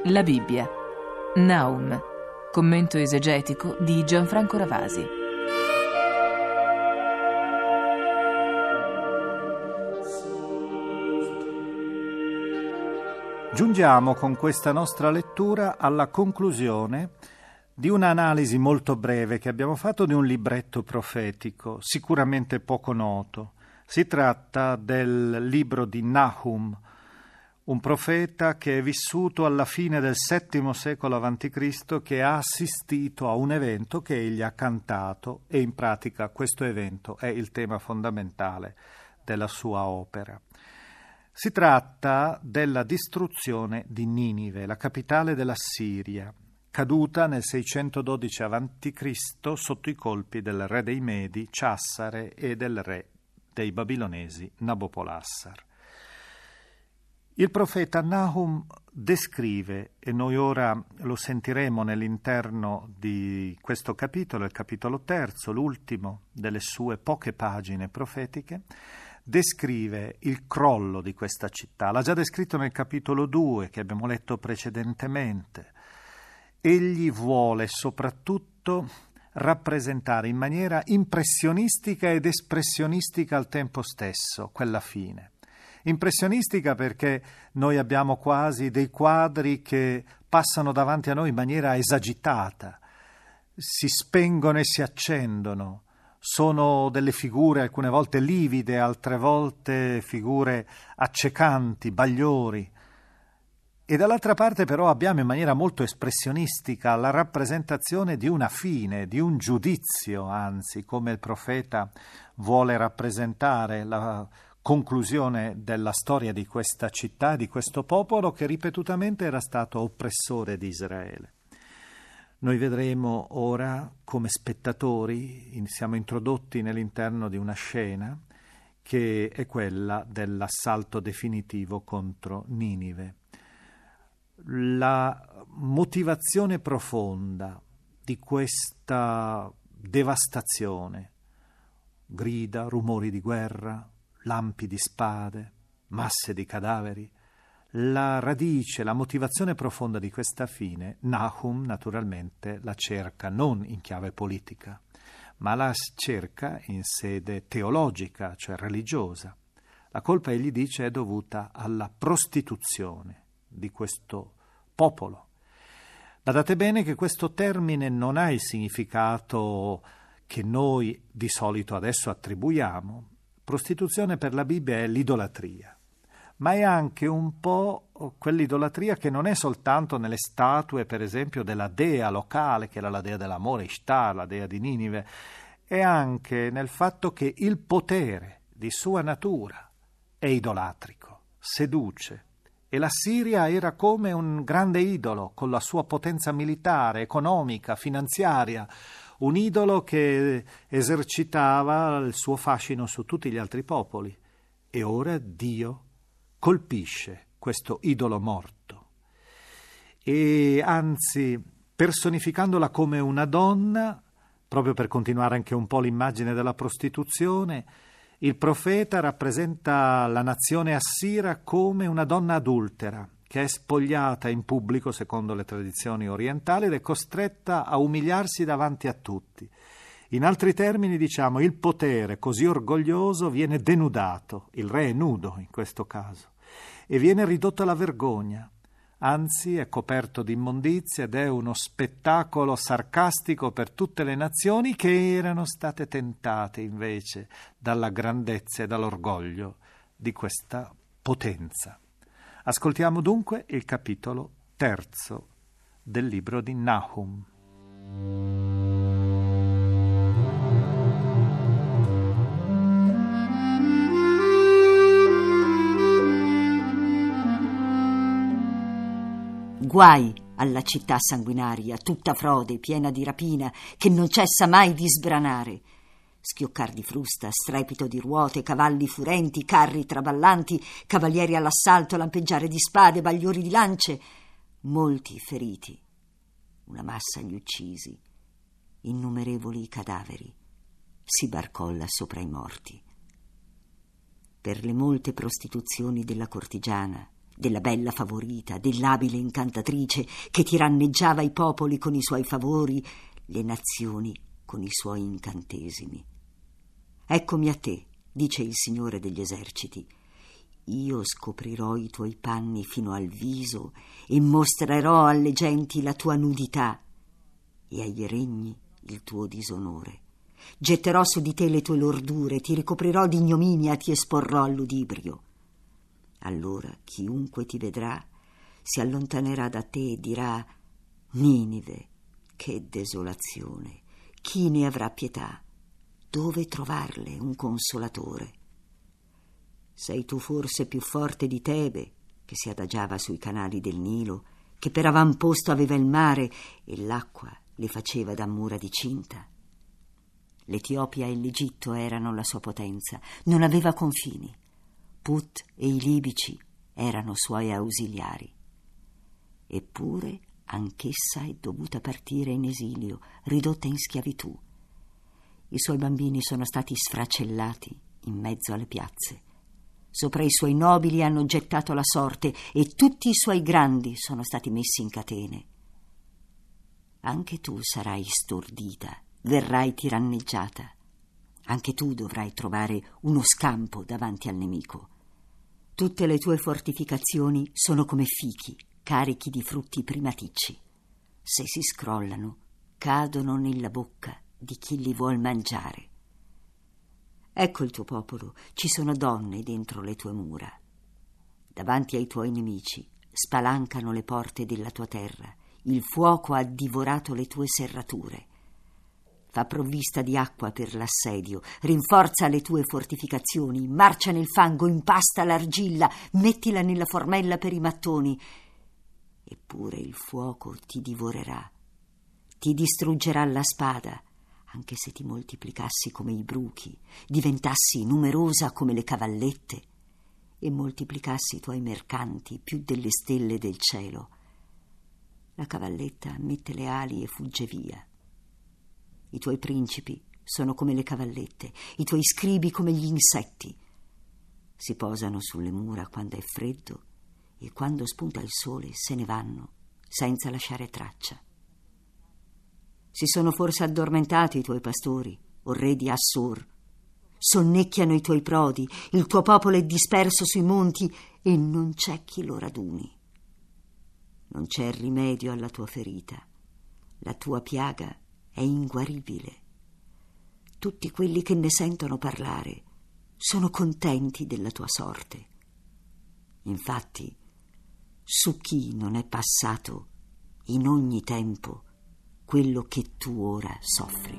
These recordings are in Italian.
La Bibbia. Nahum. Commento esegetico di Gianfranco Ravasi. Giungiamo con questa nostra lettura alla conclusione di un'analisi molto breve che abbiamo fatto di un libretto profetico, sicuramente poco noto. Si tratta del libro di Nahum, un profeta che è vissuto alla fine del VII secolo a.C., che ha assistito a un evento che egli ha cantato, e in pratica questo evento è il tema fondamentale della sua opera. Si tratta della distruzione di Ninive, la capitale della Siria, caduta nel 612 a.C. sotto i colpi del re dei Medi, Ciassare, e del re dei Babilonesi, Nabopolassar. Il profeta Nahum descrive, e noi ora lo sentiremo nell'interno di questo capitolo, il capitolo 3, l'ultimo delle sue poche pagine profetiche, descrive il crollo di questa città. L'ha già descritto nel capitolo 2, che abbiamo letto precedentemente. Egli vuole soprattutto rappresentare in maniera impressionistica ed espressionistica al tempo stesso quella fine. Impressionistica perché noi abbiamo quasi dei quadri che passano davanti a noi in maniera esagitata, si spengono e si accendono, sono delle figure alcune volte livide, altre volte figure accecanti, bagliori. E dall'altra parte però abbiamo in maniera molto espressionistica la rappresentazione di una fine, di un giudizio, anzi, come il profeta vuole rappresentare la conclusione della storia di questa città, di questo popolo che ripetutamente era stato oppressore di Israele. Noi vedremo ora come spettatori, siamo introdotti nell'interno di una scena che è quella dell'assalto definitivo contro Ninive. La motivazione profonda di questa devastazione, grida, rumori di guerra, lampi di spade, masse di cadaveri, la radice, la motivazione profonda di questa fine, Nahum naturalmente la cerca non in chiave politica, ma la cerca in sede teologica, cioè religiosa. La colpa, egli dice, è dovuta alla prostituzione di questo popolo. Badate bene che questo termine non ha il significato che noi di solito adesso attribuiamo. Prostituzione per la Bibbia è l'idolatria, ma è anche un po' quell'idolatria che non è soltanto nelle statue, per esempio, della dea locale, che era la dea dell'amore, Ishtar, la dea di Ninive, è anche nel fatto che il potere di sua natura è idolatrico, seduce. E la Siria era come un grande idolo, con la sua potenza militare, economica, finanziaria, un idolo che esercitava il suo fascino su tutti gli altri popoli. E ora Dio colpisce questo idolo morto. E anzi, personificandola come una donna, proprio per continuare anche un po' l'immagine della prostituzione, il profeta rappresenta la nazione assira come una donna adultera, che è spogliata in pubblico secondo le tradizioni orientali ed è costretta a umiliarsi davanti a tutti. In altri termini, diciamo, il potere così orgoglioso viene denudato, il re è nudo in questo caso, e viene ridotto alla vergogna, anzi è coperto di immondizia ed è uno spettacolo sarcastico per tutte le nazioni che erano state tentate invece dalla grandezza e dall'orgoglio di questa potenza. Ascoltiamo dunque il capitolo 3 del libro di Nahum. Guai alla città sanguinaria, tutta frode, piena di rapina, che non cessa mai di sbranare. Schioccar di frusta, strepito di ruote, cavalli furenti, carri traballanti, cavalieri all'assalto, lampeggiare di spade, bagliori di lance, molti feriti, una massa gli uccisi, innumerevoli cadaveri, si barcolla sopra i morti. Per le molte prostituzioni della cortigiana, della bella favorita, dell'abile incantatrice che tiranneggiava i popoli con i suoi favori, le nazioni con i suoi incantesimi. Eccomi a te, dice il Signore degli eserciti. Io scoprirò i tuoi panni fino al viso e mostrerò alle genti la tua nudità e ai regni il tuo disonore. Getterò su di te le tue lordure, ti ricoprirò di ignominia, ti esporrò al ludibrio. Allora chiunque ti vedrà si allontanerà da te e dirà: Ninive, che desolazione! Chi ne avrà pietà? Dove trovarle un consolatore? Sei tu forse più forte di Tebe, che si adagiava sui canali del Nilo, che per avamposto aveva il mare e l'acqua le faceva da mura di cinta? L'Etiopia e l'Egitto erano la sua potenza, non aveva confini. Put e i libici erano suoi ausiliari. Eppure anch'essa è dovuta partire in esilio, ridotta in schiavitù. I suoi bambini sono stati sfracellati in mezzo alle piazze. Sopra i suoi nobili hanno gettato la sorte e tutti i suoi grandi sono stati messi in catene. Anche tu sarai stordita, verrai tiranneggiata. Anche tu dovrai trovare uno scampo davanti al nemico. Tutte le tue fortificazioni sono come fichi carichi di frutti primaticci. Se si scrollano, cadono nella bocca di chi li vuol mangiare. Ecco il tuo popolo, ci sono donne dentro le tue mura. Davanti ai tuoi nemici spalancano le porte della tua terra, il fuoco ha divorato le tue serrature. Fa provvista di acqua per l'assedio, rinforza le tue fortificazioni, marcia nel fango, impasta l'argilla, mettila nella formella per i mattoni. Eppure il fuoco ti divorerà, ti distruggerà la spada, anche se ti moltiplicassi come i bruchi, diventassi numerosa come le cavallette e moltiplicassi i tuoi mercanti più delle stelle del cielo. La cavalletta mette le ali e fugge via. I tuoi principi sono come le cavallette, i tuoi scribi come gli insetti. Si posano sulle mura quando è freddo e quando spunta il sole se ne vanno senza lasciare traccia. Si sono forse addormentati i tuoi pastori, o re di Assur. Sonnecchiano i tuoi prodi, il tuo popolo è disperso sui monti e non c'è chi lo raduni. Non c'è rimedio alla tua ferita, la tua piaga è inguaribile. Tutti quelli che ne sentono parlare sono contenti della tua sorte. Infatti, su chi non è passato in ogni tempo quello che tu ora soffri?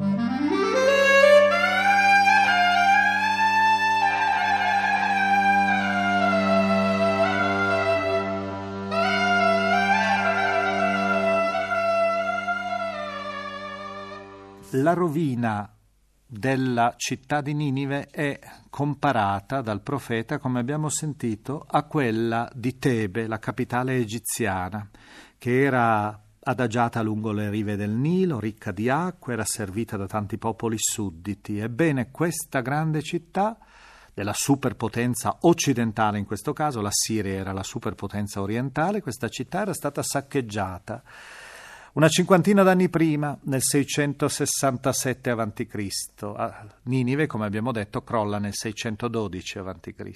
La rovina della città di Ninive è comparata dal profeta, come abbiamo sentito, a quella di Tebe, la capitale egiziana, che era adagiata lungo le rive del Nilo, ricca di acqua, era servita da tanti popoli sudditi. Ebbene, questa grande città, della superpotenza occidentale in questo caso, la Siria era la superpotenza orientale, questa città era stata saccheggiata una cinquantina d'anni prima, nel 667 a.C. Ninive, come abbiamo detto, crolla nel 612 a.C.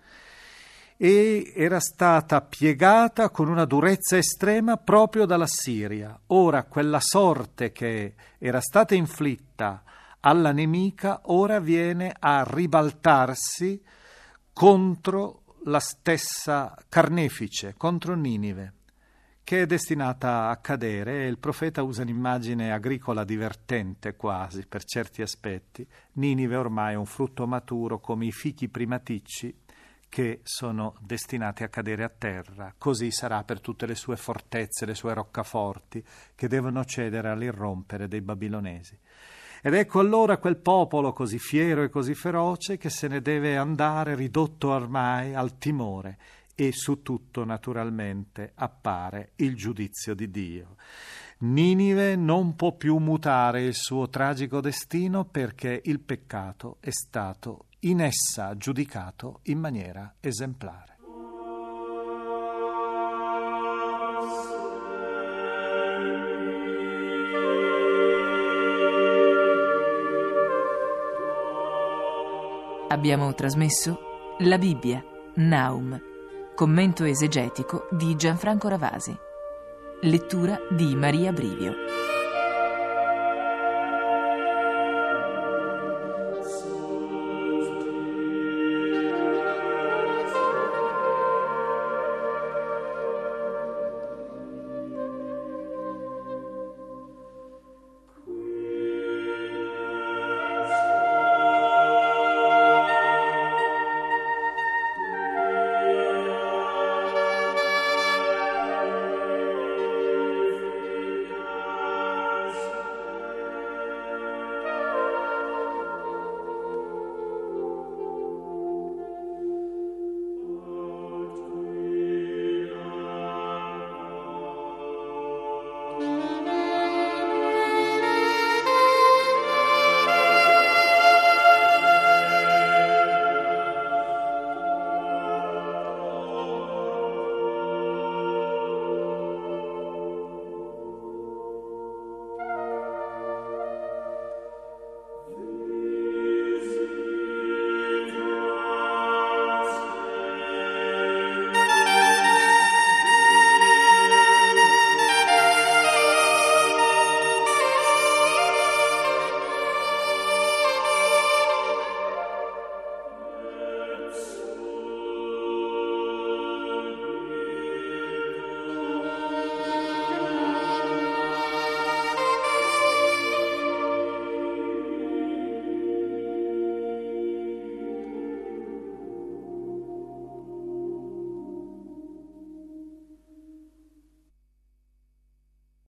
E era stata piegata con una durezza estrema proprio dalla Siria. Ora, quella sorte che era stata inflitta alla nemica, ora viene a ribaltarsi contro la stessa carnefice, contro Ninive, che è destinata a cadere, e il profeta usa un'immagine agricola divertente quasi, per certi aspetti. Ninive ormai è un frutto maturo come i fichi primaticci che sono destinati a cadere a terra. Così sarà per tutte le sue fortezze, le sue roccaforti, che devono cedere all'irrompere dei babilonesi. Ed ecco allora quel popolo così fiero e così feroce che se ne deve andare ridotto ormai al timore, e su tutto naturalmente appare il giudizio di Dio. Ninive non può più mutare il suo tragico destino perché il peccato è stato in essa giudicato in maniera esemplare. Abbiamo trasmesso La Bibbia, Naum, commento esegetico di Gianfranco Ravasi. Lettura di Maria Brivio.